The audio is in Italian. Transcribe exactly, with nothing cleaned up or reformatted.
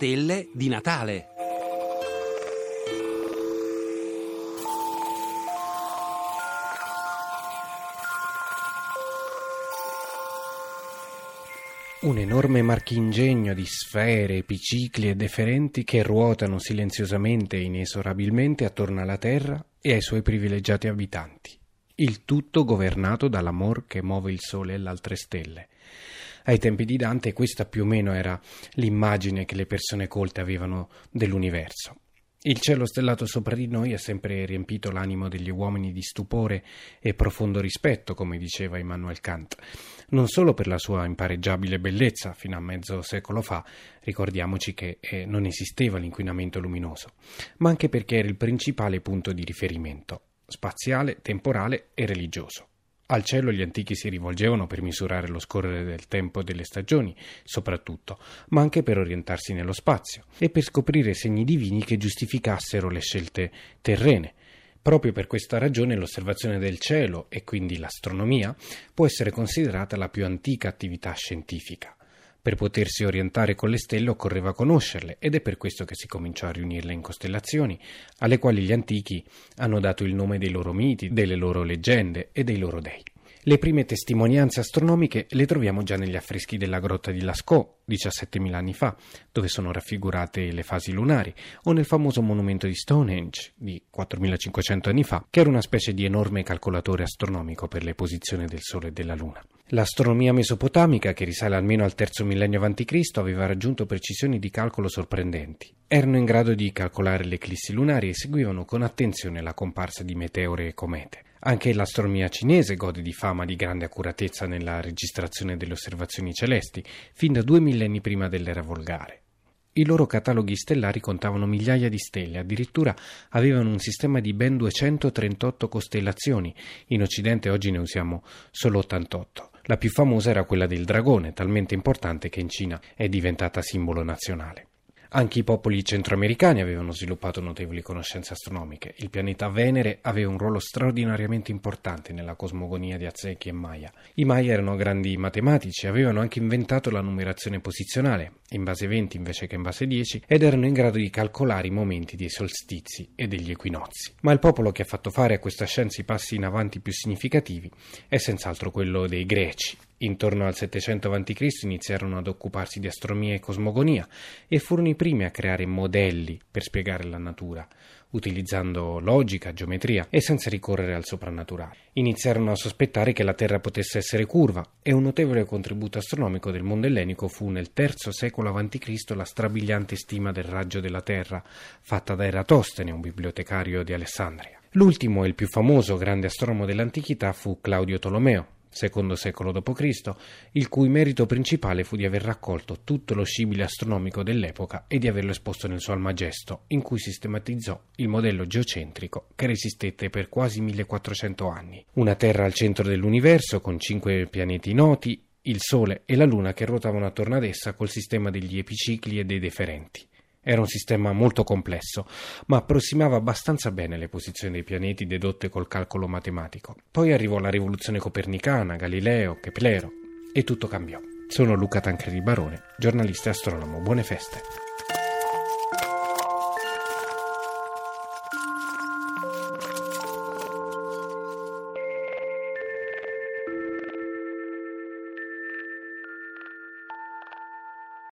stelle di Natale. Un enorme marchingegno di sfere, epicicli e deferenti che ruotano silenziosamente e inesorabilmente attorno alla Terra e ai suoi privilegiati abitanti. Il tutto governato dall'amor che muove il Sole e le altre stelle. Ai tempi di Dante questa più o meno era l'immagine che le persone colte avevano dell'universo. Il cielo stellato sopra di noi ha sempre riempito l'animo degli uomini di stupore e profondo rispetto, come diceva Immanuel Kant, non solo per la sua impareggiabile bellezza fino a mezzo secolo fa, ricordiamoci che eh, non esisteva l'inquinamento luminoso, ma anche perché era il principale punto di riferimento, spaziale, temporale e religioso. Al cielo gli antichi si rivolgevano per misurare lo scorrere del tempo e delle stagioni, soprattutto, ma anche per orientarsi nello spazio e per scoprire segni divini che giustificassero le scelte terrene. Proprio per questa ragione l'osservazione del cielo, e quindi l'astronomia, può essere considerata la più antica attività scientifica. Per potersi orientare con le stelle occorreva conoscerle, ed è per questo che si cominciò a riunirle in costellazioni, alle quali gli antichi hanno dato il nome dei loro miti, delle loro leggende e dei loro dei. Le prime testimonianze astronomiche le troviamo già negli affreschi della grotta di Lascaux, diciassettemila anni fa, dove sono raffigurate le fasi lunari, o nel famoso monumento di Stonehenge, di quattromilacinquecento anni fa, che era una specie di enorme calcolatore astronomico per le posizioni del Sole e della Luna. L'astronomia mesopotamica, che risale almeno al terzo millennio avanti Cristo, aveva raggiunto precisioni di calcolo sorprendenti. Erano in grado di calcolare le eclissi lunari e seguivano con attenzione la comparsa di meteore e comete. Anche l'astronomia cinese gode di fama di grande accuratezza nella registrazione delle osservazioni celesti, fin da due millenni prima dell'era volgare. I loro cataloghi stellari contavano migliaia di stelle, addirittura avevano un sistema di ben duecentotrentotto costellazioni. In Occidente oggi ne usiamo solo ottantotto. La più famosa era quella del Dragone, talmente importante che in Cina è diventata simbolo nazionale. Anche i popoli centroamericani avevano sviluppato notevoli conoscenze astronomiche. Il pianeta Venere aveva un ruolo straordinariamente importante nella cosmogonia di Aztechi e Maya. I Maya erano grandi matematici, avevano anche inventato la numerazione posizionale, in base venti invece che in base dieci, ed erano in grado di calcolare i momenti dei solstizi e degli equinozi. Ma il popolo che ha fatto fare a questa scienza i passi in avanti più significativi è senz'altro quello dei Greci. Intorno al settecento avanti Cristo iniziarono ad occuparsi di astronomia e cosmogonia e furono i primi a creare modelli per spiegare la natura, utilizzando logica, geometria e senza ricorrere al soprannaturale. Iniziarono a sospettare che la Terra potesse essere curva e un notevole contributo astronomico del mondo ellenico fu nel terzo secolo avanti Cristo la strabiliante stima del raggio della Terra fatta da Eratostene, un bibliotecario di Alessandria. L'ultimo e il più famoso grande astronomo dell'antichità fu Claudio Tolomeo, secondo secolo dopo Cristo, il cui merito principale fu di aver raccolto tutto lo scibile astronomico dell'epoca e di averlo esposto nel suo Almagesto, in cui sistematizzò il modello geocentrico che resistette per quasi millequattrocento anni. Una Terra al centro dell'universo, con cinque pianeti noti, il Sole e la Luna che ruotavano attorno ad essa col sistema degli epicicli e dei deferenti. Era un sistema molto complesso, ma approssimava abbastanza bene le posizioni dei pianeti dedotte col calcolo matematico. Poi arrivò la rivoluzione copernicana, Galileo, Keplero, e tutto cambiò. Sono Luca Tancredi Barone, giornalista e astronomo. Buone feste.